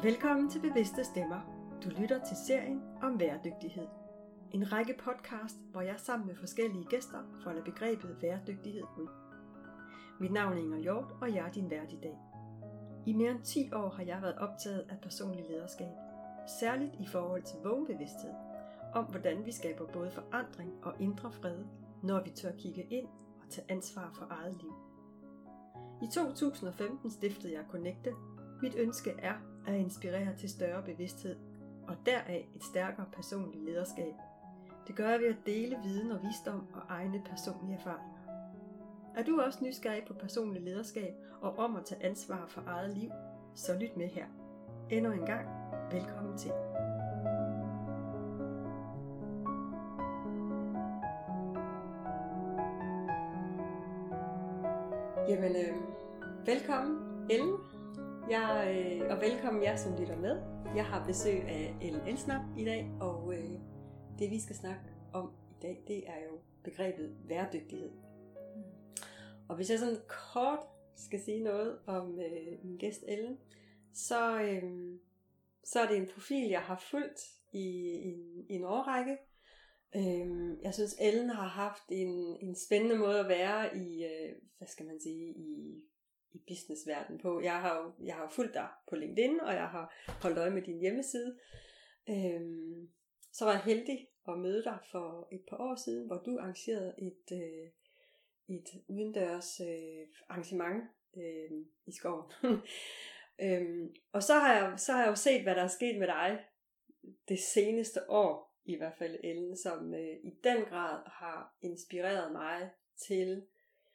Velkommen til Bevidste Stemmer. Du lytter til serien om bæredygtighed. En række podcast, hvor jeg sammen med forskellige gæster folder begrebet bæredygtighed ud. Mit navn er Inger Hjort, og jeg er din vært i dag. I mere end 10 år har jeg været optaget af personlig lederskab, særligt i forhold til vågenbevidsthed, om hvordan vi skaber både forandring og indre fred, når vi tør kigge ind og tage ansvar for eget liv. I 2015 stiftede jeg Connecte. Mit ønske er at inspirere til større bevidsthed, og deraf et stærkere personligt lederskab. Det gør jeg ved at dele viden og visdom og egne personlige erfaringer. Er du også nysgerrig på personlig lederskab og om at tage ansvar for eget liv, så lyt med her. Endnu en gang, velkommen til. Jamen, velkommen Ellen. Og velkommen jer, som lytter med. Jeg har besøg af Ellen Elsnap i dag, og det vi skal snakke om i dag, det er jo begrebet bæredygtighed. Og hvis jeg sådan kort skal sige noget om min gæst Ellen, så er det en profil, jeg har fulgt i en årrække. Jeg synes, Ellen har haft en spændende måde at være i, i businessverdenen på. Jeg har jo fulgt dig på LinkedIn, og jeg har holdt øje med din hjemmeside. Så var jeg heldig at møde dig for et par år siden, hvor du arrangerede et udendørs arrangement i skoven. Og så har jeg jo set, hvad der er sket med dig det seneste år, i hvert fald Ellen, som i den grad har inspireret mig til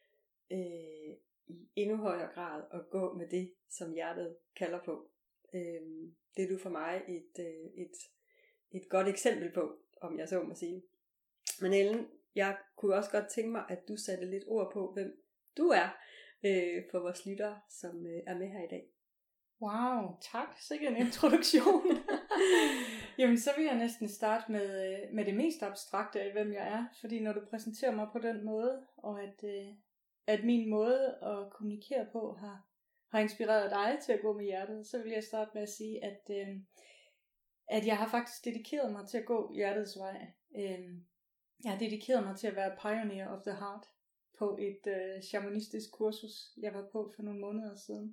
i endnu højere grad at gå med det, som hjertet kalder på. Det er du for mig et godt eksempel på, om jeg så må sige. Men Ellen, jeg kunne også godt tænke mig, at du satte lidt ord på, hvem du er for vores lyttere, som er med her i dag. Wow, tak. Sikke en introduktion. Jamen, så vil jeg næsten starte med det mest abstrakte af, hvem jeg er. Fordi når du præsenterer mig på den måde, og at min måde at kommunikere på har inspireret dig til at gå med hjertet, så vil jeg starte med at sige, at jeg har faktisk dedikeret mig til at gå hjertets vej. Jeg har dedikeret mig til at være pioneer of the heart på et shamanistisk kursus, jeg var på for nogle måneder siden.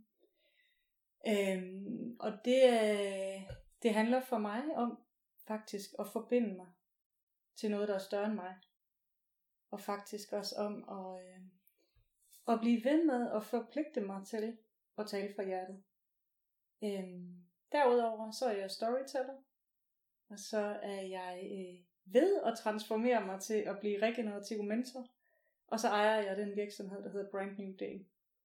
Og det handler for mig om faktisk at forbinde mig til noget, der er større end mig. Og faktisk også om at blive ved med at forpligte mig til at tale fra hjertet. Derudover så er jeg storyteller, og så er jeg ved at transformere mig til at blive regenerativ mentor, og så ejer jeg den virksomhed, der hedder Brand New Day.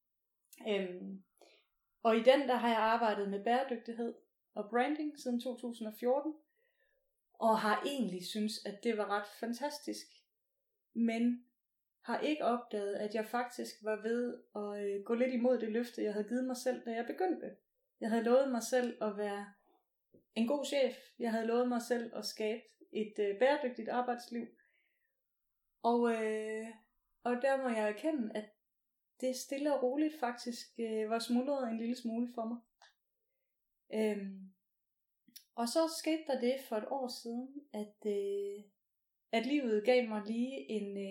Og i den der har jeg arbejdet med bæredygtighed og branding siden 2014, og har egentlig synes, at det var ret fantastisk, men har ikke opdaget, at jeg faktisk var ved at gå lidt imod det løfte, jeg havde givet mig selv, da jeg begyndte. Jeg havde lovet mig selv at være en god chef. Jeg havde lovet mig selv at skabe et bæredygtigt arbejdsliv. Og der må jeg erkende, at det stille og roligt faktisk var smuldret en lille smule for mig. Og så skete der det for et år siden, at livet gav mig lige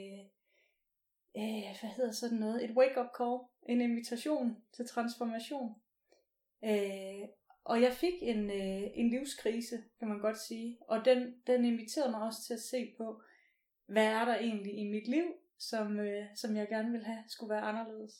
et wake-up call, en invitation til transformation. Og jeg fik en livskrise, kan man godt sige, og den inviterede mig også til at se på, hvad er der egentlig i mit liv, som jeg gerne ville have skulle være anderledes.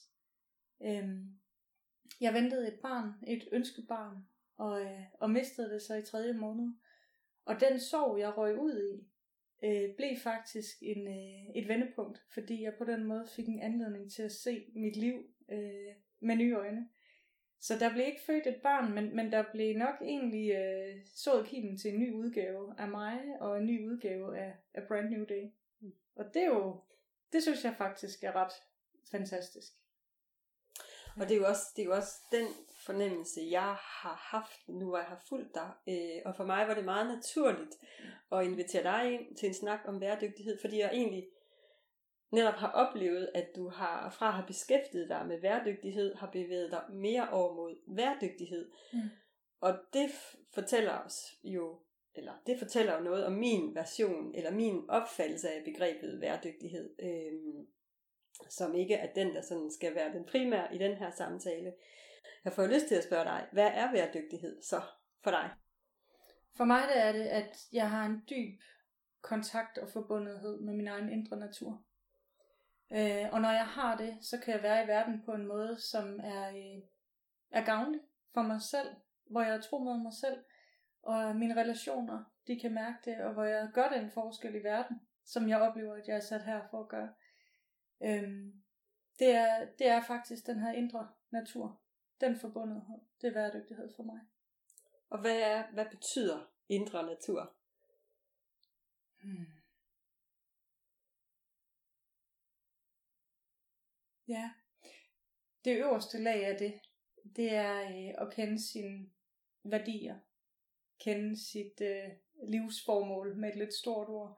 Jeg ventede et ønskebarn, og mistede det så i 3. måned. Og den sorg, jeg røg ud i, blev faktisk et vendepunkt, fordi jeg på den måde fik en anledning til at se mit liv med nye øjne. Så der blev ikke født et barn, men der blev nok egentlig sået kimen til en ny udgave af mig, og en ny udgave af Brand New Day. Og det synes jeg faktisk er ret fantastisk. Og det er jo også den fornemmelse, jeg har haft nu, hvor jeg har fulgt dig. Og for mig var det meget naturligt at invitere dig ind til en snak om bæredygtighed, fordi jeg egentlig netop har oplevet, at du fra at have beskæftiget dig med bæredygtighed, har bevæget dig mere over mod bæredygtighed. Og det fortæller os jo, eller det fortæller jo noget om min version, eller min opfattelse af begrebet bæredygtighed, som ikke er den, der sådan skal være den primære i den her samtale. Jeg får lyst til at spørge dig, hvad er bæredygtighed så for dig? For mig er det, at jeg har en dyb kontakt og forbundethed med min egen indre natur. Og når jeg har det, så kan jeg være i verden på en måde, som er gavnlig for mig selv, hvor jeg er tro mod mig selv, og mine relationer, de kan mærke det, og hvor jeg gør den forskel i verden, som jeg oplever, at jeg er sat her for at gøre. Det er faktisk den her indre natur, den forbundethed, det er bæredygtighed for mig. Og hvad betyder indre natur? Ja, det øverste lag af det er at kende sine værdier, kende sit livsformål med et lidt stort ord,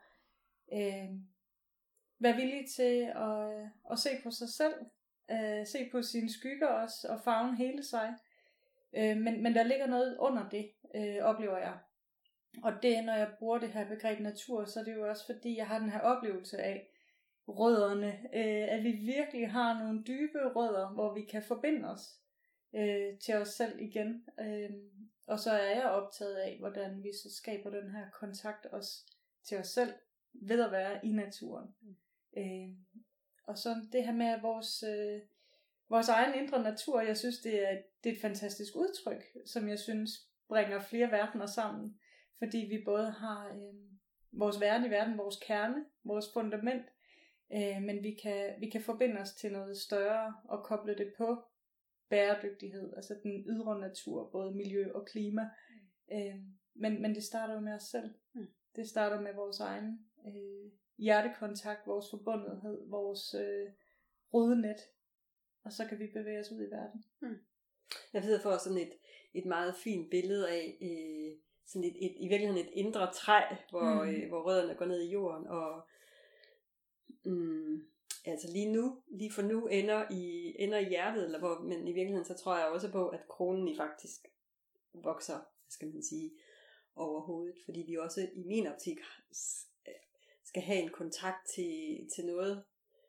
være villig til at se på sig selv, se på sine skygger også, og favne hele sig, men der ligger noget under det, oplever jeg. Og det, når jeg bruger det her begreb natur, så er det jo også fordi, jeg har den her oplevelse af rødderne, at vi virkelig har nogle dybe rødder, hvor vi kan forbinde os til os selv igen. Og så er jeg optaget af, hvordan vi så skaber den her kontakt også til os selv, ved at være i naturen. Og så det her med vores egen indre natur, jeg synes, det er et fantastisk udtryk, som jeg synes bringer flere verdener sammen. Fordi vi både har vores verden i verden, vores kerne, vores fundament, men vi kan forbinde os til noget større og koble det på bæredygtighed, altså den ydre natur, både miljø og klima. Men det starter jo med os selv. Det starter med vores egen hjertekontakt, vores forbundethed, vores rodnet, og så kan vi bevæge os ud i verden. Jeg ved for sådan et meget fint billede af sådan i virkeligheden et indre træ, hvor rødderne går ned i jorden, og altså lige for nu ender i hjertet, men i virkeligheden så tror jeg også på, at kronen i faktisk vokser, skal man sige, over hovedet, fordi vi også i min optik skal have en kontakt til noget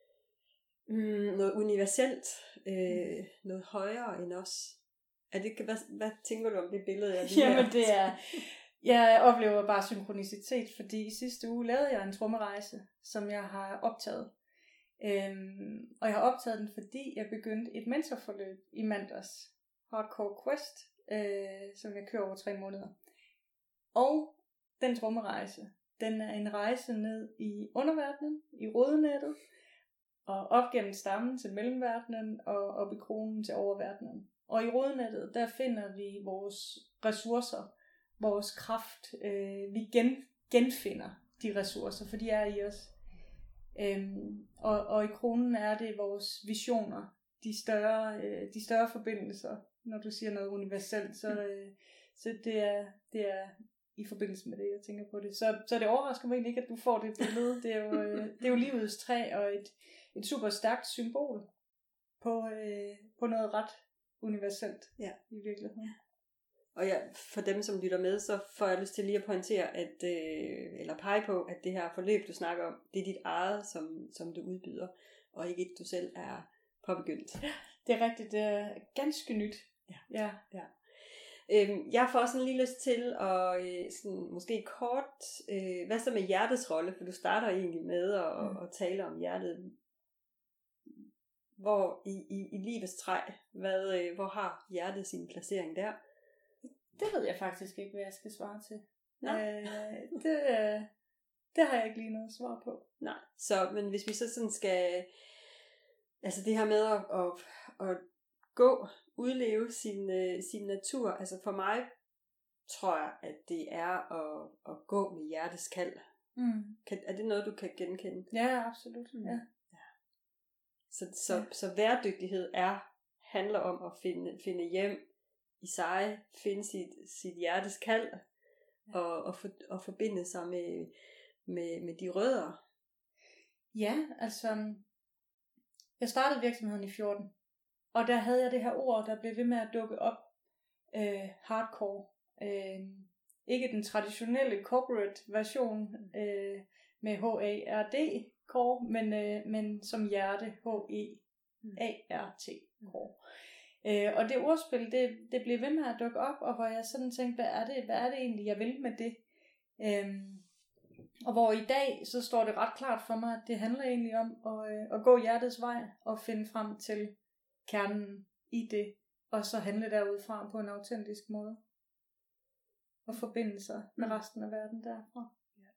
universelt, noget højere end os. Hvad tænker du om det billede, jeg lige Jamen det er, jeg oplever bare synkronicitet, fordi i sidste uge lavede jeg en trommerejse, som jeg har optaget. Og jeg har optaget den, fordi jeg begyndte et mentorforløb i mandags, Hardcore Quest, som jeg kører over 3 måneder. Og den trommerejse, den er en rejse ned i underverdenen, i rodnettet, og op gennem stammen til mellemverdenen, og op i kronen til oververdenen. Og i rodnettet, der finder vi vores ressourcer, vores kraft. Vi genfinder de ressourcer, for de er i os. Og i kronen er det vores visioner, de større forbindelser. Når du siger noget universelt, så det er i forbindelse med det, jeg tænker på det. Så det overrasker mig egentlig ikke, at du får det billede. Det er jo livets træ, og et super stærkt symbol på noget ret universelt i virkeligheden. Og for dem, som lytter med, så får jeg lyst til lige at pointere, eller pege på, at det her forløb, du snakker om, det er dit eget, som du udbyder, og ikke et, du selv er påbegyndt. Ja, det er rigtigt. Det er ganske nyt. Ja. Jeg får sådan lige lyst til at sådan, måske kort, hvad så med hjertets rolle, for du starter egentlig med at tale om hjertet. Hvor i livets træ, hvor har hjertet sin placering der? Det ved jeg faktisk ikke, hvad jeg skal svare til. Det har jeg ikke lige noget svar på. Nej, men hvis vi så sådan skal, altså det her med at gå, udleve sin natur, altså for mig tror jeg, at det er at gå med hjertets kald. Er det noget, du kan genkende? Ja, absolut. Ja. Så bæredygtighed handler om at finde hjem i sig, finde sit hjertes kald, og forbinde sig med de rødder. Ja, altså jeg startede virksomheden i 14, og der havde jeg det her ord, der blev ved med at dukke op, hardcore. Ikke den traditionelle corporate version med HARD core, men som hjerte, HEART core. Og det ordspil, det blev ved med at dukke op, og hvor jeg sådan tænkte, hvad er det egentlig, jeg vil med det? Og hvor i dag, så står det ret klart for mig, at det handler egentlig om at gå hjertets vej, og finde frem til kernen i det, og så handle derudfra på en autentisk måde. Og forbinde sig med resten af verden derfra.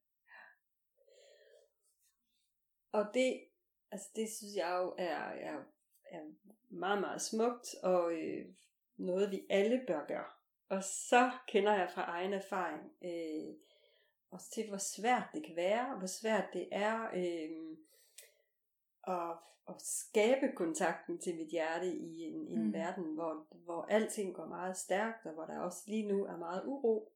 Og det synes jeg jo er meget, meget smukt, og noget vi alle bør gøre. Og så kender jeg fra egen erfaring også til, hvor svært det kan være, hvor svært det er at skabe kontakten til mit hjerte i en verden, hvor alting går meget stærkt, og hvor der også lige nu er meget uro.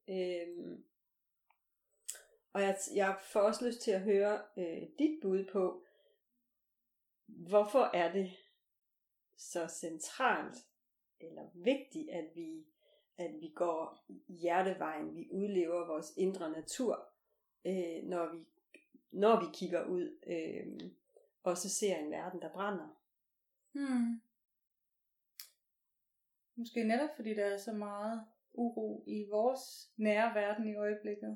Og jeg får også lyst til at høre dit bud på, hvorfor er det så centralt eller vigtigt, at vi går hjertevejen, vi udlever vores indre natur, når vi kigger ud, og så ser en verden, der brænder. Måske netop fordi der er så meget uro i vores nære verden i øjeblikket,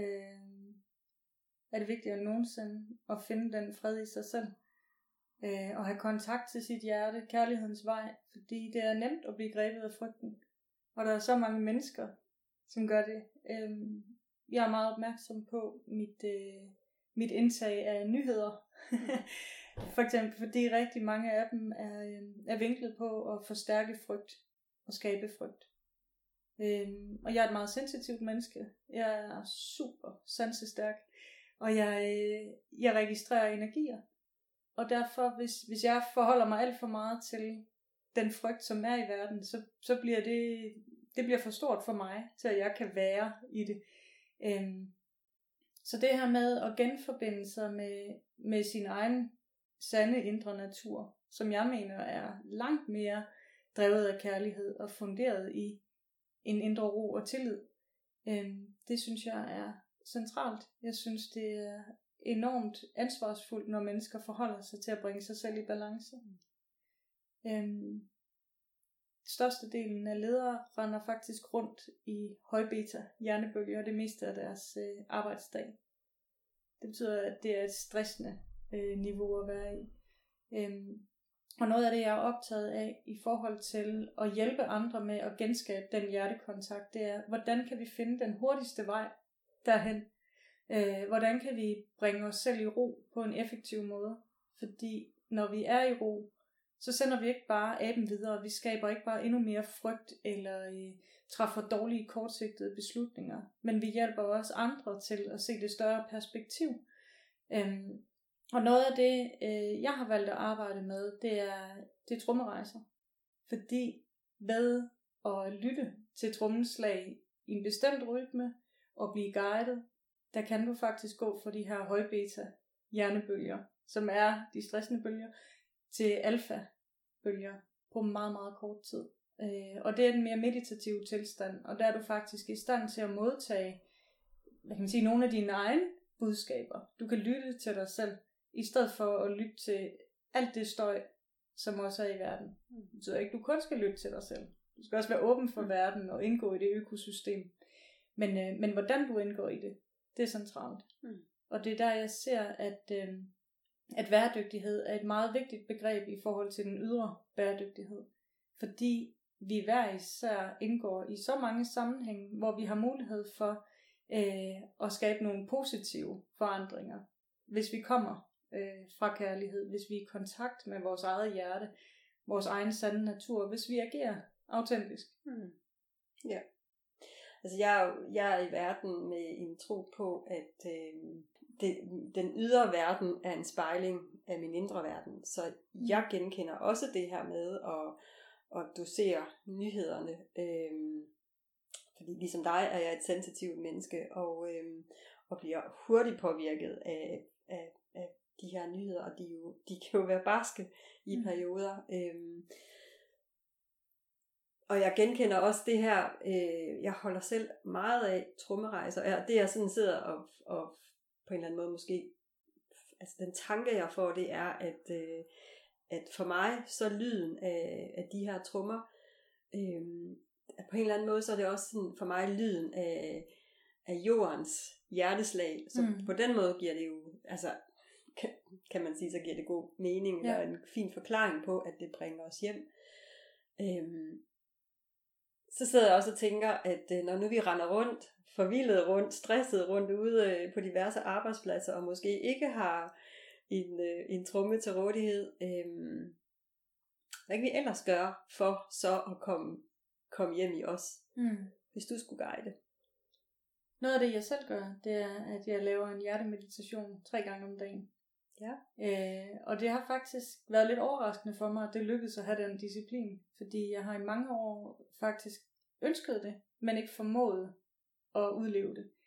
er det vigtigt end nogensinde at finde den fred i sig selv, og have kontakt til sit hjerte, kærlighedens vej, fordi det er nemt at blive grebet af frygten, og der er så mange mennesker, som gør det. Jeg er meget opmærksom på mit indtag af nyheder, for eksempel fordi rigtig mange af dem er vinklet på at forstærke frygt og skabe frygt. Og jeg er et meget sensitivt menneske. Jeg er super sansestærk, og jeg registrerer energier. Og derfor, hvis jeg forholder mig alt for meget til den frygt, som er i verden, så bliver det bliver for stort for mig, til at jeg kan være i det. Så det her med at genforbinde sig med sin egen sande indre natur, som jeg mener er langt mere drevet af kærlighed og funderet i en indre ro og tillid, det synes jeg er centralt. Jeg synes, det er enormt ansvarsfuldt, når mennesker forholder sig til at bringe sig selv i balance. Størstedelen af ledere render faktisk rundt i højbeta hjernebølger det meste af deres arbejdsdag. Det betyder, at det er et stressende niveau at være i. Og noget af det, jeg er optaget af i forhold til at hjælpe andre med at genskabe den hjertekontakt, det er, hvordan kan vi finde den hurtigste vej derhen? Hvordan kan vi bringe os selv i ro på en effektiv måde? Fordi når vi er i ro, så sender vi ikke bare aben videre. Vi skaber ikke bare endnu mere frygt eller træffer dårlige kortsigtede beslutninger. Men vi hjælper også andre til at se det større perspektiv. Og noget af det, jeg har valgt at arbejde med, det er trommerejser. Fordi ved at lytte til trommeslag i en bestemt rytme og blive guidet, der kan du faktisk gå fra de her højbeta hjernebølger, som er de stressende bølger, til alfa-bølger på meget, meget kort tid. Og det er den mere meditative tilstand, og der er du faktisk i stand til at modtage, hvad kan man sige, nogle af dine egne budskaber. Du kan lytte til dig selv, i stedet for at lytte til alt det støj, som også er i verden. Det betyder ikke, at du kun skal lytte til dig selv. Du skal også være åben for verden og indgå i det økosystem. Men hvordan du indgår i det, det er centralt. Og det er der, jeg ser, at bæredygtighed er et meget vigtigt begreb i forhold til den ydre bæredygtighed. Fordi vi hver især indgår i så mange sammenhænge, hvor vi har mulighed for at skabe nogle positive forandringer. Hvis vi kommer fra kærlighed, hvis vi er i kontakt med vores eget hjerte, vores egen sande natur, hvis vi agerer autentisk. Ja. Altså jeg er i verden med en tro på, at den ydre verden er en spejling af min indre verden. Så jeg genkender også det her med at dosere nyhederne. Fordi ligesom dig er jeg et sensitivt menneske, og bliver hurtigt påvirket af de her nyheder, og de kan jo være barske i perioder. Og jeg genkender også det her, jeg holder selv meget af trommerejser, og det jeg sådan sidder og på en eller anden måde måske, altså den tanke jeg får, det er, at for mig, så lyden af de her trommer, på en eller anden måde, så er det også sådan, for mig lyden af jordens hjerteslag, så på den måde giver det jo, altså kan man sige, så giver det god mening, eller en fin forklaring på, at det bringer os hjem. Så sidder jeg også og tænker, at når nu vi render rundt, forvildet rundt, stresset rundt ude på diverse arbejdspladser, og måske ikke har en tromme til rådighed, hvad kan vi ellers gøre for så at komme hjem i os, hvis du skulle guide? Noget af det, jeg selv gør, det er, at jeg laver en hjertemeditation 3 gange om dagen. Ja. Og det har faktisk været lidt overraskende for mig, at det lykkedes at have den disciplin, fordi jeg har i mange år faktisk ønsket det, men ikke formået at udleve det.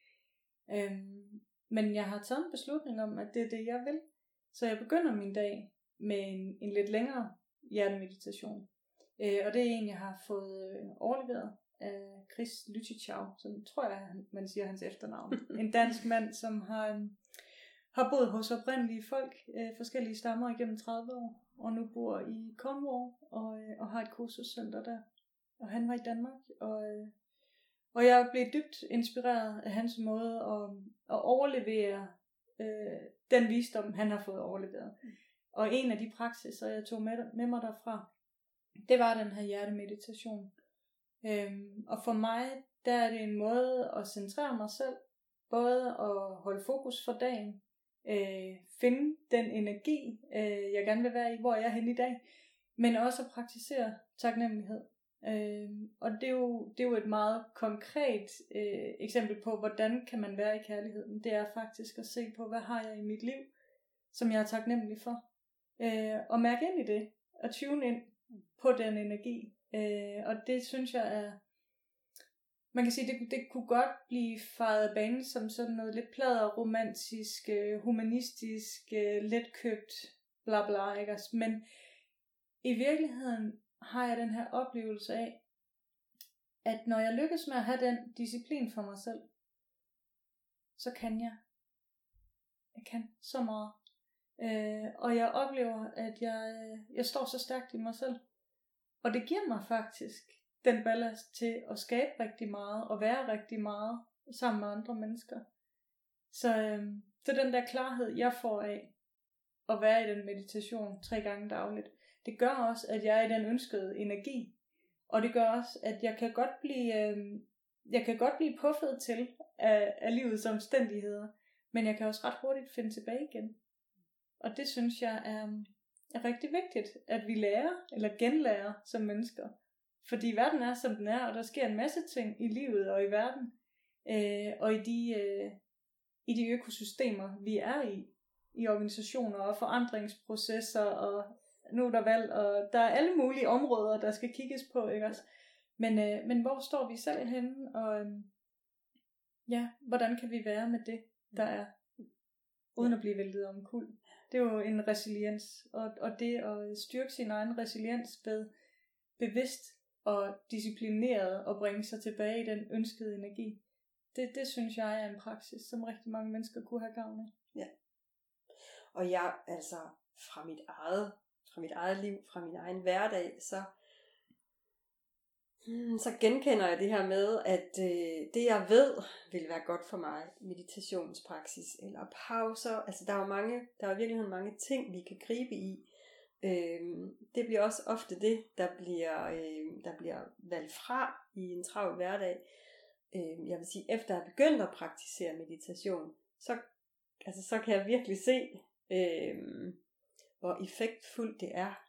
Men jeg har taget en beslutning om, at det er det, jeg vil. Så jeg begynder min dag med en lidt længere hjertemeditation. Og det er en, jeg har fået overleveret af Chris Lyttichau, som tror jeg, man siger hans efternavn. En dansk mand, som har boet hos oprindelige folk, forskellige stammer igennem 30 år, og nu bor i Cornwall og har et kursuscenter der. Og han var i Danmark, og jeg blev dybt inspireret af hans måde at overlevere den visdom, han har fået overleveret. Og en af de praksiser, jeg tog med mig derfra, det var den her hjertemeditation. Og for mig, der er det en måde at centrere mig selv, både at holde fokus for dagen, finde den energi, jeg gerne vil være i, hvor jeg er henne i dag, men også at praktisere taknemmelighed. Og det er jo et meget konkret eksempel på, hvordan kan man være i kærligheden. Det er faktisk at se på, hvad har jeg i mit liv, som jeg er taknemmelig for. Og mærke ind i det, og tune ind på den energi. Og det synes jeg er, man kan sige, det kunne godt blive faret af banen som sådan noget lidt pladerromantisk, humanistisk, letkøbt, bla bla, ikke? Men i virkeligheden har jeg den her oplevelse af, at når jeg lykkes med at have den disciplin for mig selv, så kan jeg kan så meget. Og jeg oplever, at jeg står så stærkt i mig selv. Og det giver mig faktisk den ballast til at skabe rigtig meget, og være rigtig meget sammen med andre mennesker. Så den der klarhed, jeg får af at være i den meditation 3 gange dagligt, det gør også, at jeg er i den ønskede energi. Og det gør også, at jeg kan godt blive puffet til af livets omstændigheder, men jeg kan også ret hurtigt finde tilbage igen. Og det synes jeg er rigtig vigtigt, at vi lærer eller genlærer som mennesker. Fordi verden er, som den er, og der sker en masse ting i livet og i verden, og i de økosystemer, vi er i organisationer og forandringsprocesser, og nu er der valg, og der er alle mulige områder, der skal kigges på, ikke også? Men hvor står vi selv henne, og hvordan kan vi være med det, der er, uden at blive væltet omkuld? Det er jo en resiliens, og det at styrke sin egen resiliens ved bevidst og disciplineret og bringe sig tilbage i den ønskede energi. Det synes jeg er en praksis, som rigtig mange mennesker kunne have gavn af. Ja. Og jeg, altså fra mit eget liv, fra min egen hverdag, så genkender jeg det her med, at det jeg ved vil være godt for mig, meditationspraksis eller pauser, altså der er i virkeligheden mange ting, vi kan gribe i. Det bliver også ofte det, der bliver valgt fra i en travl hverdag. Jeg vil sige, efter at have begyndt at praktisere meditation, så kan jeg virkelig se, hvor effektfuldt det er.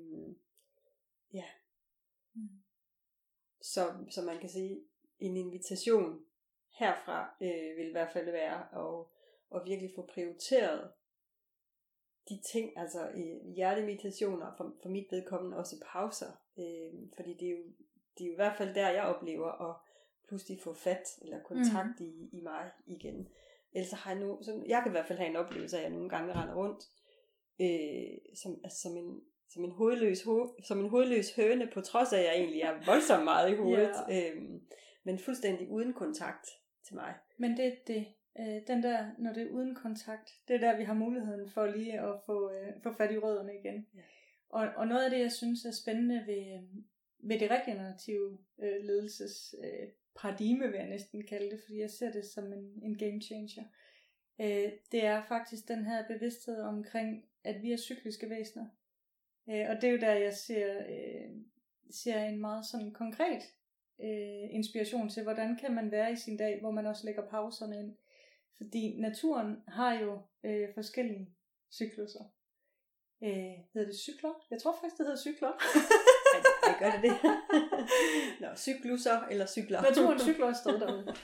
Så man kan sige, en invitation herfra vil i hvert fald være at virkelig få prioriteret de ting, altså hjertemeditationer, for mit vedkommende også pauser, fordi det er jo i hvert fald der, jeg oplever at pludselig få fat eller kontakt i mig igen. Ellers har jeg kan i hvert fald have en oplevelse af, at jeg nogle gange render rundt som en hovedløs høne, på trods af, at jeg egentlig er voldsomt meget i hovedet, men fuldstændig uden kontakt til mig. Men det er det. Den der, når det er uden kontakt, det er der, vi har muligheden for lige at få fat i rødderne igen. Ja. Og noget af det, jeg synes er spændende ved det regenerative ledelsesparadigme, vil jeg næsten kalde det, fordi jeg ser det som en game changer. Det er faktisk den her bevidsthed omkring, at vi er cykliske væsener. Og det er jo der, jeg ser en meget sådan konkret inspiration til, hvordan kan man være i sin dag, hvor man også lægger pauserne ind. Fordi naturen har jo forskellige cykluser. Hedder det cykler? Jeg tror faktisk, det hedder cykler. Ej, gør det det? Nå, cykluser eller cykler. Naturen cykler også stadig derude.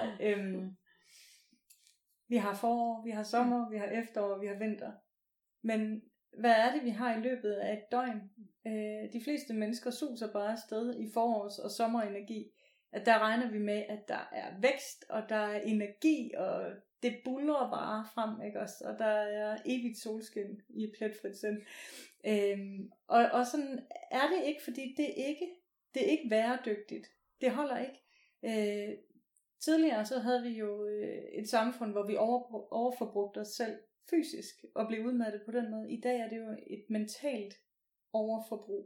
Vi har forår, vi har sommer, vi har efterår, vi har vinter. Men hvad er det, vi har i løbet af et døgn? De fleste mennesker suser bare afsted i forårs- og sommerenergi. At der regner vi med, at der er vækst, og der er energi, og det buldrer bare frem, ikke også? Og der er evigt solskin i et pletfrit sind. Og sådan er det ikke, fordi det er ikke bæredygtigt. Det holder ikke. Tidligere så havde vi jo et samfund, hvor vi overforbrugte os selv fysisk og blev udmattet på den måde. I dag er det jo et mentalt overforbrug.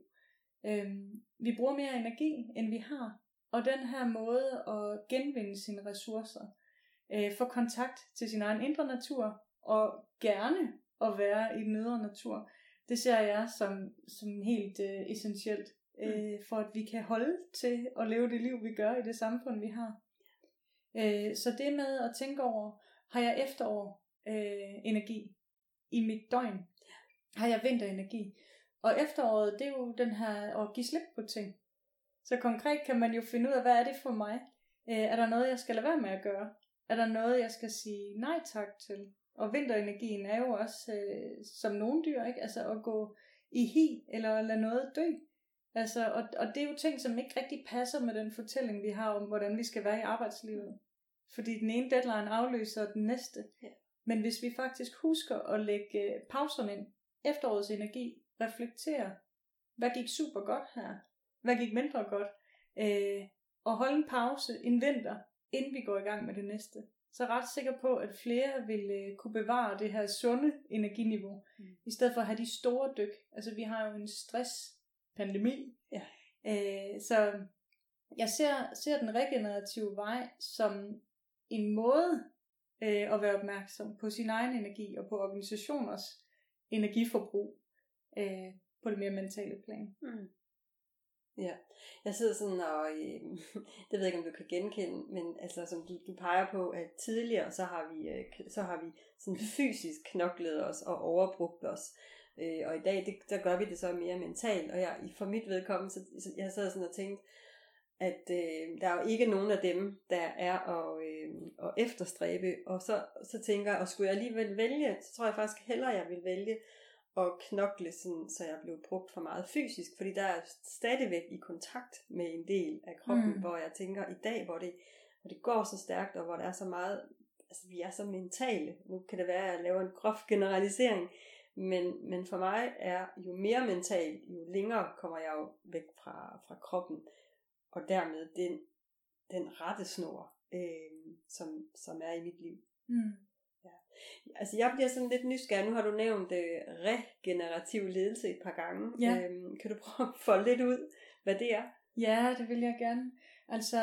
Vi bruger mere energi, end vi har. Og den her måde at genvinde sine ressourcer, få kontakt til sin egen indre natur, og gerne at være i den ydre natur, det ser jeg som helt essentielt, for at vi kan holde til at leve det liv, vi gør i det samfund, vi har. Så det med at tænke over, har jeg efterår energi i mit døgn? Har jeg vinterenergi? Og efteråret, det er jo den her at give slip på ting. Så konkret kan man jo finde ud af, hvad er det for mig? Er der noget, jeg skal lade være med at gøre? Er der noget, jeg skal sige nej tak til? Og vinterenergien er jo også som nogle dyr, ikke? Altså at gå i hi, eller lade noget dø. Altså, og det er jo ting, som ikke rigtig passer med den fortælling, vi har om, hvordan vi skal være i arbejdslivet. Fordi den ene deadline afløser den næste. Ja. Men hvis vi faktisk husker at lægge pauserne ind, efterårets energi, reflektere, hvad gik super godt her? Hvad gik mindre godt? Og holde en pause en vinter, inden vi går i gang med det næste. Så er jeg ret sikker på, at flere vil kunne bevare det her sunde energiniveau, i stedet for at have de store dyk. Altså vi har jo en stresspandemi. Ja. Så jeg ser den regenerative vej som en måde at være opmærksom på sin egen energi og på organisationers energiforbrug på det mere mentale plan. Ja, jeg sidder sådan og, det ved jeg ikke om du kan genkende, men altså som du peger på, at tidligere så har vi sådan fysisk knoklet os og overbrugt os, og i dag der gør vi det så mere mentalt, og for mit vedkommende, så jeg sad sådan og tænkte, at der er jo ikke nogen af dem, der er at efterstræbe, og så tænker jeg, og skulle jeg alligevel vælge, så tror jeg faktisk hellere, jeg vil vælge og knokle, sådan, så jeg blev brugt for meget fysisk, fordi der er stadigvæk i kontakt med en del af kroppen, hvor jeg tænker, i dag, hvor det går så stærkt, og hvor der er så meget, altså vi er så mentale, nu kan det være, at jeg laver en grof generalisering, men for mig er jo mere mental, jo længere kommer jeg jo væk fra kroppen, og dermed den rettesnor, som er i mit liv. Altså jeg bliver sådan lidt nysgerrig. Nu har du nævnt regenerativ ledelse et par gange. Ja. Kan du prøve at folde lidt ud, hvad det er? Ja, det vil jeg gerne. Altså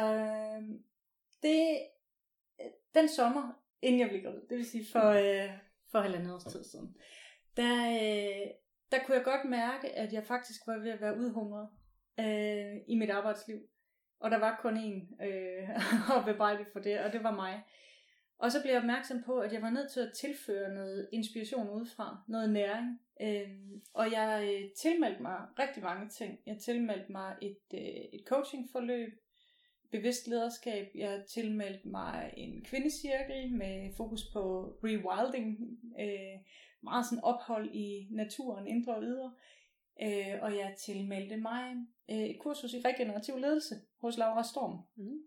den sommer, inden jeg blev gravid, det vil sige for 1,5 års tid siden, der kunne jeg godt mærke, at jeg faktisk var ved at være udhungret i mit arbejdsliv. Og der var kun én at bebrejde for det, og det var mig. Og så blev jeg opmærksom på, at jeg var nødt til at tilføre noget inspiration udefra, noget næring. Og jeg tilmeldte mig rigtig mange ting. Jeg tilmeldte mig et coachingforløb, bevidst lederskab. Jeg tilmeldte mig en kvindecirkel med fokus på rewilding, meget sådan ophold i naturen, indre og ydre. Og jeg tilmeldte mig et kursus i regenerativ ledelse hos Laura Storm.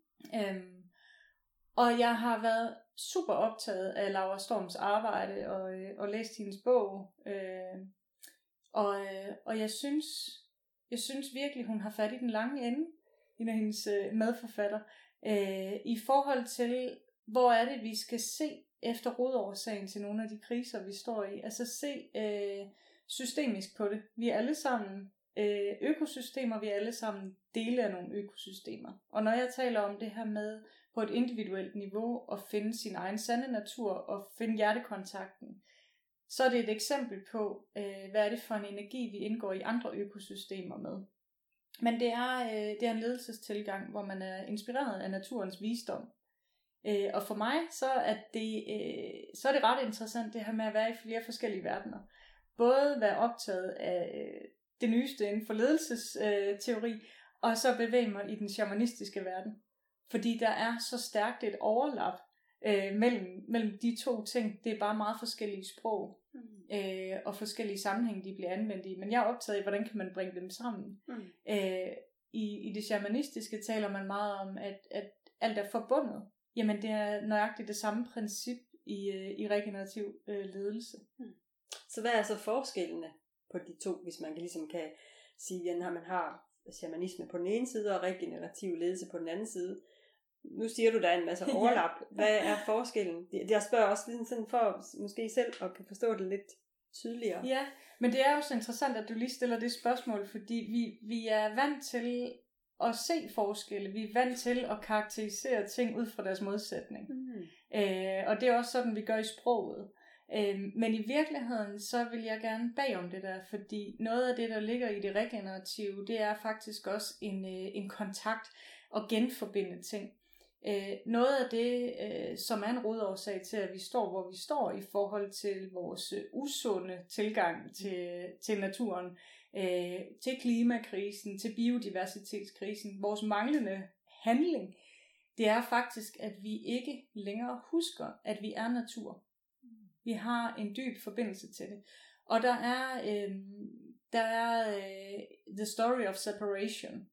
Og jeg har været super optaget af Laura Storms arbejde og læst hendes bog, Og jeg synes virkelig, hun har fat i den lange ende, en af hendes medforfatter, i forhold til, hvor er det, vi skal se efter rodårsagen til nogle af de kriser, vi står i. Altså se systemisk på det. Vi er alle sammen økosystemer, vi er alle sammen dele af nogle økosystemer. Og når jeg taler om det her med på et individuelt niveau at finde sin egen sande natur og finde hjertekontakten, så er det et eksempel på, hvad er det for en energi, vi indgår i andre økosystemer med. Men det er en ledelsestilgang, hvor man er inspireret af naturens visdom. Og for mig, så er det ret interessant det her med at være i flere forskellige verdener. Både være optaget af det nyeste inden for ledelsesteori, og så bevæge mig i den shamanistiske verden. Fordi der er så stærkt et overlap mellem de to ting. Det er bare meget forskellige sprog og forskellige sammenhænge, de bliver anvendt i. Men jeg er optaget af, hvordan kan man bringe dem sammen. I det shamanistiske taler man meget om, at alt er forbundet. Jamen det er nøjagtigt det samme princip i regenerativ ledelse. Så hvad er så forskellene på de to, hvis man ligesom kan sige, at man har shamanisme på den ene side og regenerativ ledelse på den anden side? Nu siger du, der er en masse overlap. Hvad er forskellen? Jeg spørger også sådan for måske selv at kan forstå det lidt tydeligere. Ja, men det er jo så interessant, at du lige stiller det spørgsmål, fordi vi er vant til at se forskelle. Vi er vant til at karakterisere ting ud fra deres modsætning. Og det er også sådan, vi gør i sproget. Men i virkeligheden, så vil jeg gerne bag om det der, fordi noget af det, der ligger i det regenerative, det er faktisk også en kontakt og genforbinde ting. Noget af det, som er en rodårsag til, at vi står, hvor vi står i forhold til vores usunde tilgang til naturen, til klimakrisen, til biodiversitetskrisen, vores manglende handling, det er faktisk, at vi ikke længere husker, at vi er natur. Vi har en dyb forbindelse til det. Og der er The Story of Separation,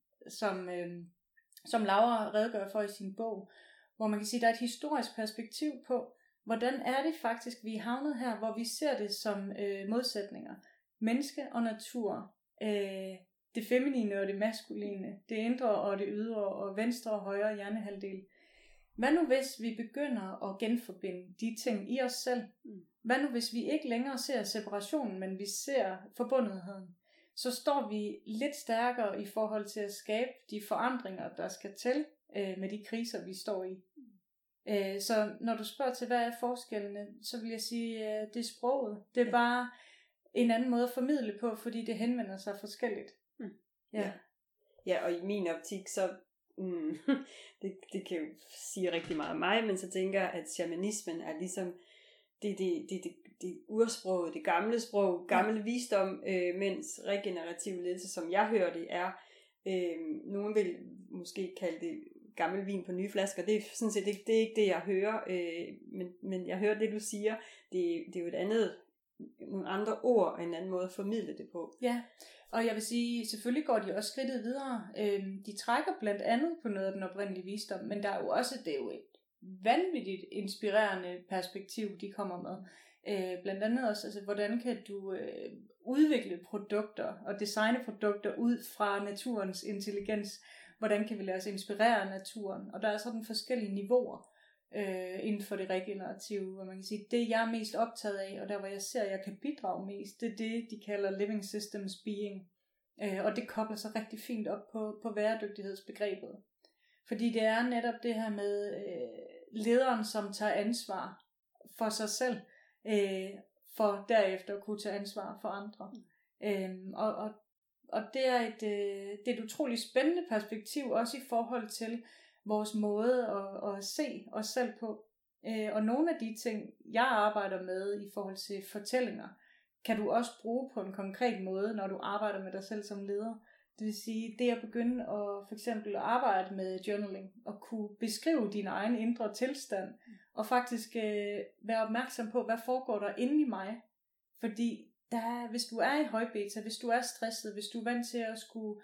som Laura redegør for i sin bog, hvor man kan sige, at der er et historisk perspektiv på, hvordan er det faktisk, vi er havnet her, hvor vi ser det som modsætninger. Menneske og natur, det feminine og det maskuline, det indre og det ydre, og venstre og højre hjernehalvdel. Hvad nu hvis vi begynder at genforbinde de ting i os selv? Hvad nu hvis vi ikke længere ser separationen, men vi ser forbundetheden? Så står vi lidt stærkere i forhold til at skabe de forandringer, der skal til med de kriser, vi står i. Så når du spørger til, hvad er forskellene, så vil jeg sige, det er sproget. Det er bare en anden måde at formidle på, fordi det henvender sig forskelligt. Ja, og i min optik, så det kan jo sige rigtig meget om mig, men så tænker jeg, at shamanismen er ligesom det ursproget, det gamle sprog, gammel visdom, mens regenerativ ledelse, som jeg hører det, er, nogen vil måske kalde det gammel vin på nye flasker. Det er sådan set ikke, det er ikke det, jeg hører, men jeg hører det, du siger. Det er jo et andet, nogle andre ord og en anden måde at formidle det på. Ja, og jeg vil sige, selvfølgelig går de også skridtet videre. De trækker blandt andet på noget af den oprindelige visdom, men der er jo også, det er jo et vanvittigt inspirerende perspektiv, de kommer med. Blandt andet også, altså, hvordan kan du udvikle produkter og designe produkter ud fra naturens intelligens? Hvordan kan vi lade os inspirere af naturen? Og der er sådan forskellige niveauer inden for det regenerative, hvor man kan sige, det jeg er mest optaget af, og der hvor jeg ser, at jeg kan bidrage mest, det er det, de kalder living systems being. Og det kobler sig rigtig fint op på bæredygtighedsbegrebet. Fordi det er netop det her med lederen, som tager ansvar for sig selv, for derefter at kunne tage ansvar for andre. Og det er et utroligt spændende perspektiv, også i forhold til vores måde at se os selv på. Og nogle af de ting, jeg arbejder med i forhold til fortællinger, kan du også bruge på en konkret måde, når du arbejder med dig selv som leder. Det vil sige, det at begynde at for eksempel arbejde med journaling, og kunne beskrive din egen indre tilstand, og faktisk være opmærksom på, hvad foregår der inde i mig. Fordi hvis du er i højbeta, hvis du er stresset, hvis du er vant til at skulle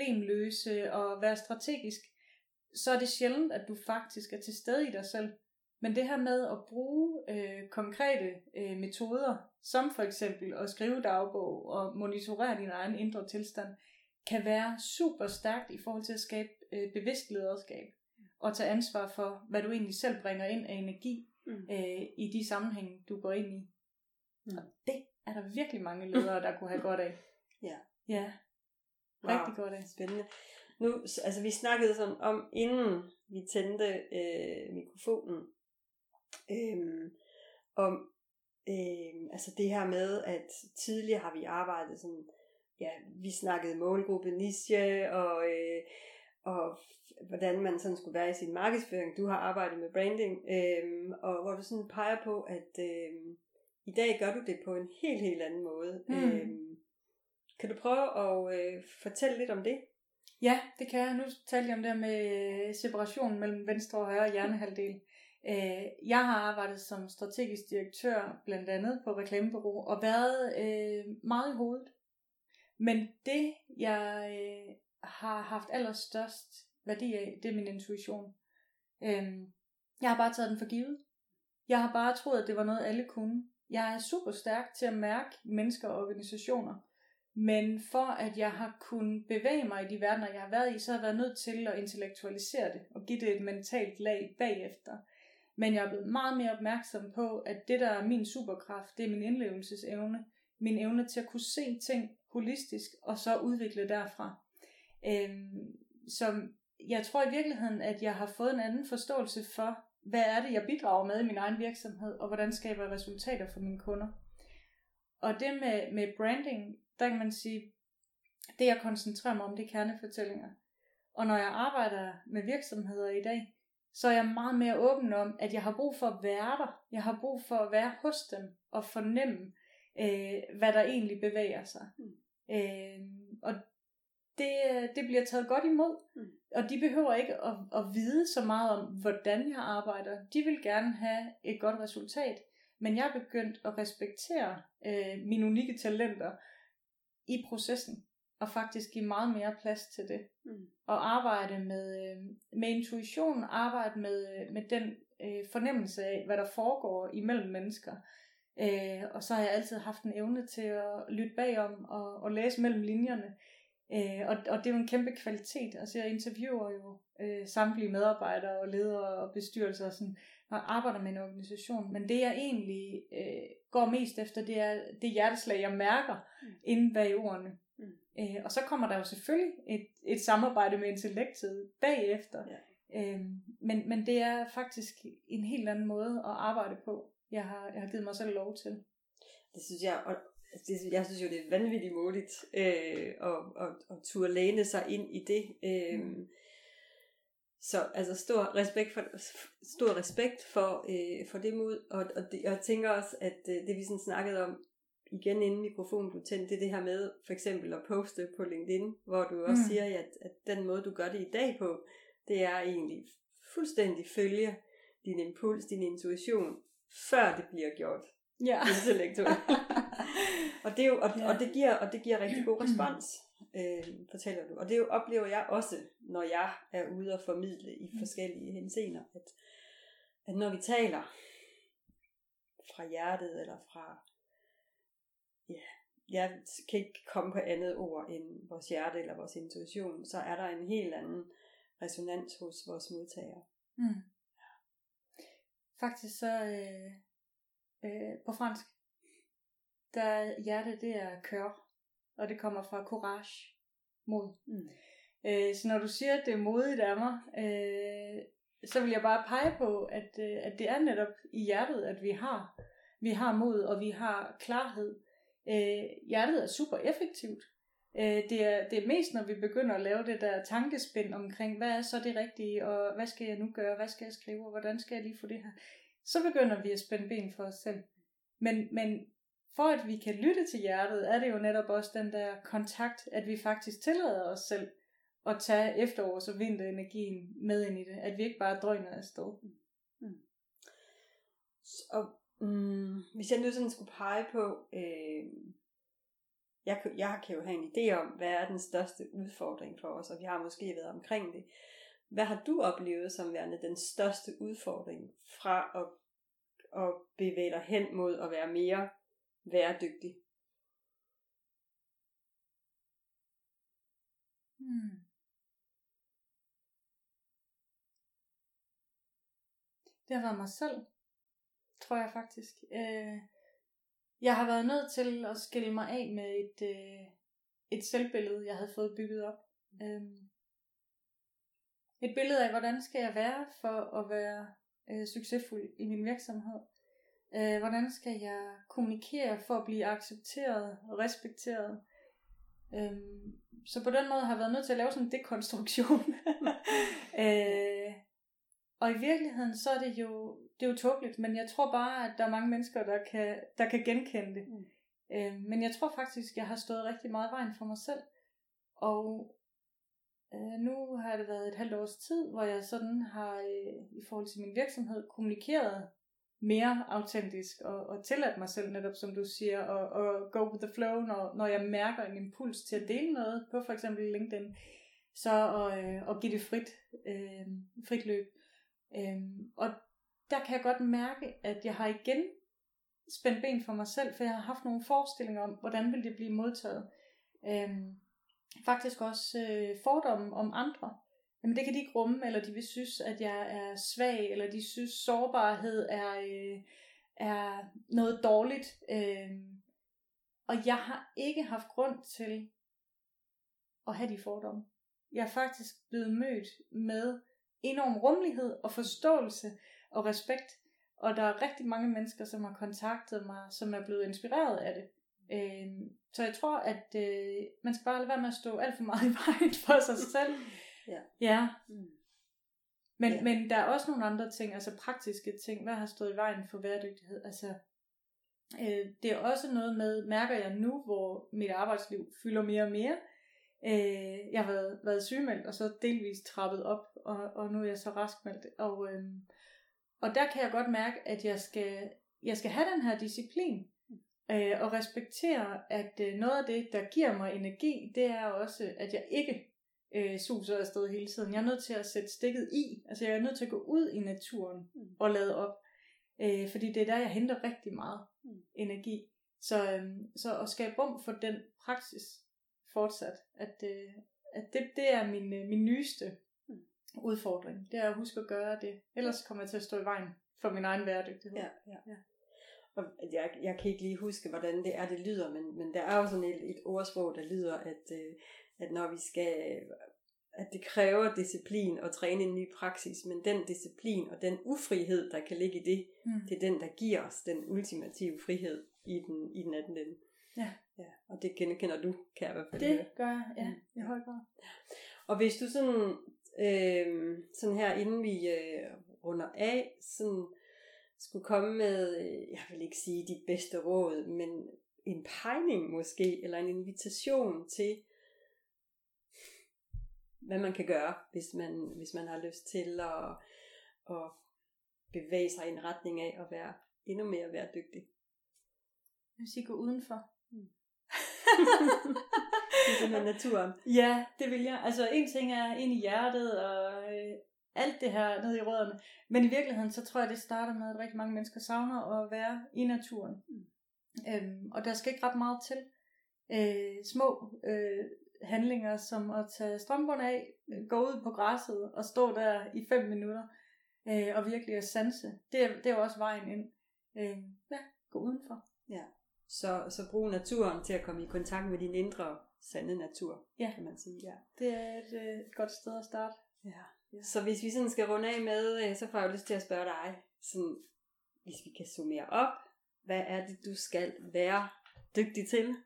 problemløse og være strategisk, så er det sjældent, at du faktisk er til stede i dig selv. Men det her med at bruge konkrete metoder, som for eksempel at skrive dagbog og monitorere din egen indre tilstand, kan være super stærkt i forhold til at skabe bevidst lederskab og tage ansvar for, hvad du egentlig selv bringer ind af energi i de sammenhænge, du går ind i. Og det er der virkelig mange ledere, der kunne have godt af. Ja. Rigtig godt af. Spændende. Nu, altså vi snakkede sådan om, inden vi tændte mikrofonen, om altså det her med, at tidligere har vi arbejdet sådan, vi snakkede målgruppe, niche, og hvordan man sådan skulle være i sin markedsføring. Du har arbejdet med branding, og hvor du sådan peger på, at i dag gør du det på en helt anden måde. Kan du prøve at fortælle lidt om det? Ja, det kan jeg. Nu talte jeg om det her med separationen mellem venstre og højre hjernehalvdel. Jeg har arbejdet som strategisk direktør, blandt andet på reklamebureau, og været meget i hovedet. Men det, jeg har haft allerstørst værdi af, det er min intuition. Jeg har bare taget den for givet. Jeg har bare troet, at det var noget, alle kunne. Jeg er super stærk til at mærke mennesker og organisationer. Men for at jeg har kunnet bevæge mig i de verdener, jeg har været i, så har jeg været nødt til at intellektualisere det og give det et mentalt lag bagefter. Men jeg er blevet meget mere opmærksom på, at det, der er min superkraft, det er min indlevelsesevne. Min evne til at kunne se ting holistisk, og så udvikle derfra. Så jeg tror i virkeligheden, at jeg har fået en anden forståelse for, hvad er det, jeg bidrager med i min egen virksomhed, og hvordan skaber jeg resultater for mine kunder. Og det med branding, der kan man sige, det jeg koncentrerer mig om, det er kernefortællinger. Og når jeg arbejder med virksomheder i dag, så er jeg meget mere åben om, at jeg har brug for at være der. Jeg har brug for at være hos dem og fornemme, hvad der egentlig bevæger sig. Og det bliver taget godt imod. Og de behøver ikke at vide så meget om, hvordan jeg arbejder. De vil gerne have et godt resultat. Men jeg er begyndt at respektere mine unikke talenter i processen. Og faktisk give meget mere plads til det. Og arbejde med intuition. Arbejde med den fornemmelse af, hvad der foregår imellem mennesker. Og så har jeg altid haft en evne til at lytte bagom og læse mellem linjerne. Og det er jo en kæmpe kvalitet. Altså jeg interviewer jo samtlige medarbejdere og ledere og bestyrelser og sådan, når jeg arbejder med en organisation. Men det jeg egentlig går mest efter, det er det hjerteslag, jeg mærker inde bag ordene. Og så kommer der jo selvfølgelig et samarbejde med intellektet bagefter. Men det er faktisk en helt anden måde at arbejde på. Jeg har givet mig selv lov til. Det synes jeg, og jeg synes jo, det er vanvittigt muligt at turde læne sig ind i det. Så altså stor respekt for det mod, og det, jeg tænker også, at det vi sådan snakkede om igen inden mikrofonen blev tændt, det er det her med for eksempel at poste på LinkedIn, hvor du også siger, at den måde du gør det i dag på, det er egentlig fuldstændig følge din impuls, din intuition, før det bliver gjort intellektuelt. Og det er jo, og det giver rigtig god respons, fortæller du. Og det jo oplever jeg også, når jeg er ude og formidle i forskellige henseender, at når vi taler fra hjertet eller fra, jeg kan ikke komme på andet ord end vores hjerte eller vores intuition, så er der en helt anden resonans hos vores modtagere. Faktisk så på fransk, der hjerte, det er cœur, og det kommer fra courage, mod. Så når du siger, at det er modigt af mig, så vil jeg bare pege på, at det er netop i hjertet, at vi har mod, og vi har klarhed. Hjertet er super effektivt. Det er mest, når vi begynder at lave det der tankespind omkring, hvad er så det rigtige, og hvad skal jeg nu gøre, hvad skal jeg skrive, og hvordan skal jeg lige få det her. Så begynder vi at spænde ben for os selv. Men for at vi kan lytte til hjertet, er det jo netop også den der kontakt, at vi faktisk tillader os selv at tage efterårs- og vinterenergien med ind i det. At vi ikke bare drøner afsted. Og hvis jeg nu sådan skulle pege på, jeg kan jo have en idé om, hvad er den største udfordring for os, og vi har måske været omkring det. Hvad har du oplevet som værende den største udfordring fra at bevæge dig hen mod at være mere bæredygtig? Det har været mig selv, tror jeg faktisk. Jeg har været nødt til at skille mig af med et selvbillede, jeg havde fået bygget op. Et billede af, hvordan skal jeg være for at være succesfuld i min virksomhed. Hvordan skal jeg kommunikere for at blive accepteret og respekteret. Så på den måde har jeg været nødt til at lave sådan en dekonstruktion. Og i virkeligheden så er det er jo tåbeligt, men jeg tror bare, at der er mange mennesker, der kan genkende det. Men jeg tror faktisk, jeg har stået rigtig meget i vejen for mig selv. Og nu har det været et halvt års tid, hvor jeg sådan har i forhold til min virksomhed kommunikeret mere autentisk og tilladt mig selv netop, som du siger, og go with the flow, når jeg mærker en impuls til at dele noget på for eksempel LinkedIn, så at give det frit løb. Og der kan jeg godt mærke, at jeg har igen spændt ben for mig selv, for jeg har haft nogle forestillinger om, hvordan vil det blive modtaget. Faktisk også fordomme om andre. Jamen det kan de ikke rumme, eller de vil synes, at jeg er svag, eller de synes, sårbarhed er noget dårligt. Og jeg har ikke haft grund til at have de fordomme. Jeg er faktisk blevet mødt med enorm rummelighed og forståelse og respekt. Og der er rigtig mange mennesker, som har kontaktet mig, som er blevet inspireret af det. Så jeg tror, at man skal bare lade være med at stå alt for meget i vejen for sig selv. Ja. Men der er også nogle andre ting, altså praktiske ting. Hvad har stået i vejen for bæredygtighed? Altså, det er også noget med, mærker jeg nu, hvor mit arbejdsliv fylder mere og mere. Jeg har været sygemeldt, og så delvist trappet op, og nu er jeg så raskmeldt. Og der kan jeg godt mærke, at jeg skal have den her disciplin, og respektere, at noget af det, der giver mig energi, det er også, at jeg ikke suser afsted hele tiden. Jeg er nødt til at sætte stikket i. Altså jeg er nødt til at gå ud i naturen og lade op. Fordi det er der, jeg henter rigtig meget energi. Så at skabe rum for den praksis fortsat. At det er min nyeste udfordring. Det er at huske at gøre det. Ellers kommer jeg til at stå i vejen for min egen bæredygtighed. Ja. Og jeg kan ikke lige huske, hvordan det lyder, men der er jo sådan et ordsprog, der lyder, at når vi skal, at det kræver disciplin at træne en ny praksis, men den disciplin og den ufrihed, der kan ligge i det, det er den, der giver os den ultimative frihed i den anden ende. Ja. Og det kender du, kan jeg i hvert fald. Det gør jeg, ja, i høj grad. Og hvis du sådan her, inden vi runder af, sådan skulle komme med, jeg vil ikke sige de bedste råd, men en pegning måske, eller en invitation til, hvad man kan gøre, hvis man har lyst til at bevæge sig i en retning af at være endnu mere bæredygtig. Jeg vil sige, gå udenfor. I den her naturen. Ja, det vil jeg. Altså en ting er ind i hjertet og alt det her nede i rødderne. Men i virkeligheden, så tror jeg, det starter med, at rigtig mange mennesker savner at være i naturen. Og der skal ikke ret meget til. Små handlinger, som at tage strømperne af, gå ud på græsset og stå der i 5 minutter og virkelig at sanse. Det er jo også vejen ind. Gå udenfor. Ja. Så brug naturen til at komme i kontakt med din indre sande natur, kan man sige. Ja. Det er et godt sted at starte. Ja. Så hvis vi sådan skal runde af med, så får jeg jo lyst til at spørge dig, sådan, hvis vi kan summere op, hvad er det, du skal være dygtig til?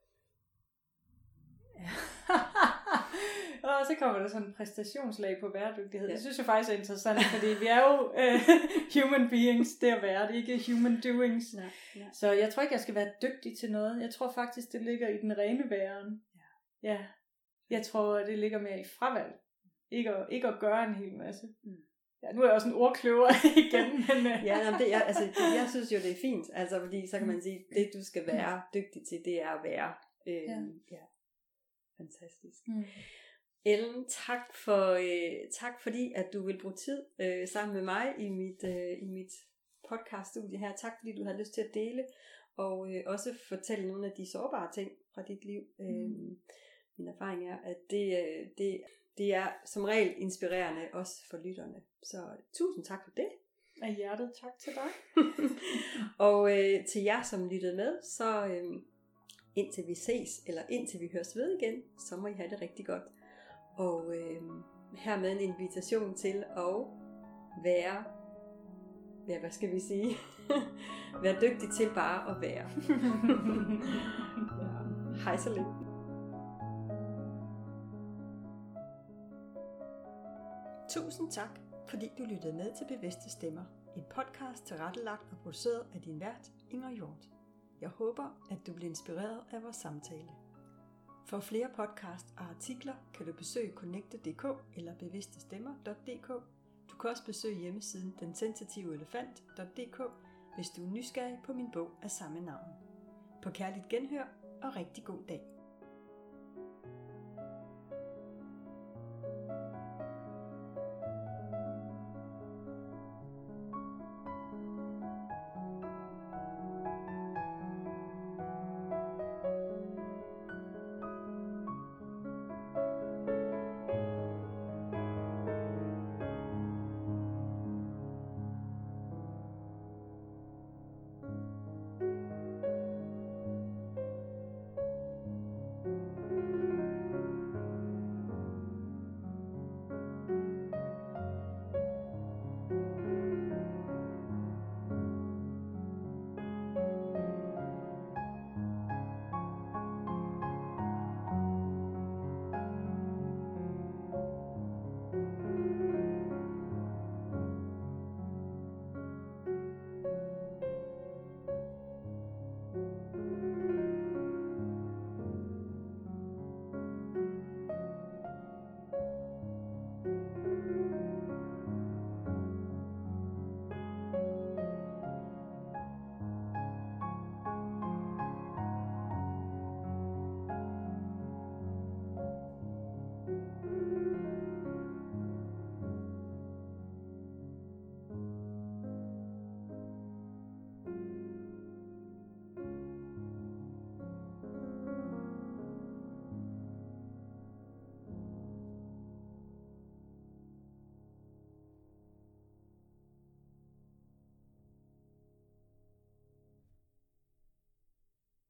Ja. Og så kommer der sådan en præstationslag på bæredygtighed. Det synes jeg faktisk er interessant, fordi vi er jo human beings, det at være, det er ikke human doings. Ja. Så jeg tror ikke, jeg skal være dygtig til noget. Jeg tror faktisk, det ligger i den rene væren. Ja. Jeg tror, det ligger mere i fravalg. Ikke at gøre en hel masse. Ja, nu er jeg også en ordkløver igen. Men jeg synes jo, det er fint. Altså, fordi så kan man sige, det du skal være dygtig til, det er at være. Ja. Fantastisk. Ellen, tak fordi, at du vil bruge tid sammen med mig i mit podcaststudie her. Tak fordi du havde lyst til at dele, og også fortælle nogle af de sårbare ting fra dit liv. Min erfaring er, at det er som regel inspirerende også for lytterne. Så tusind tak for det. Af hjertet, tak til dig. Og til jer, som lyttede med, så indtil vi ses, eller indtil vi høres ved igen, så må I have det rigtig godt. Og hermed en invitation til at være, hvad skal vi sige, være dygtig til bare at være. Hej så længe. Tusind tak, fordi du lyttede med til Bevidste Stemmer, en podcast tilrettelagt og produceret af din vært, Inger Hjort. Jeg håber, at du bliver inspireret af vores samtale. For flere podcast og artikler kan du besøge connecte.dk eller bevidstestemmer.dk. Du kan også besøge hjemmesiden densensitiveelefant.dk, hvis du er nysgerrig på min bog af samme navn. På kærligt genhør og rigtig god dag.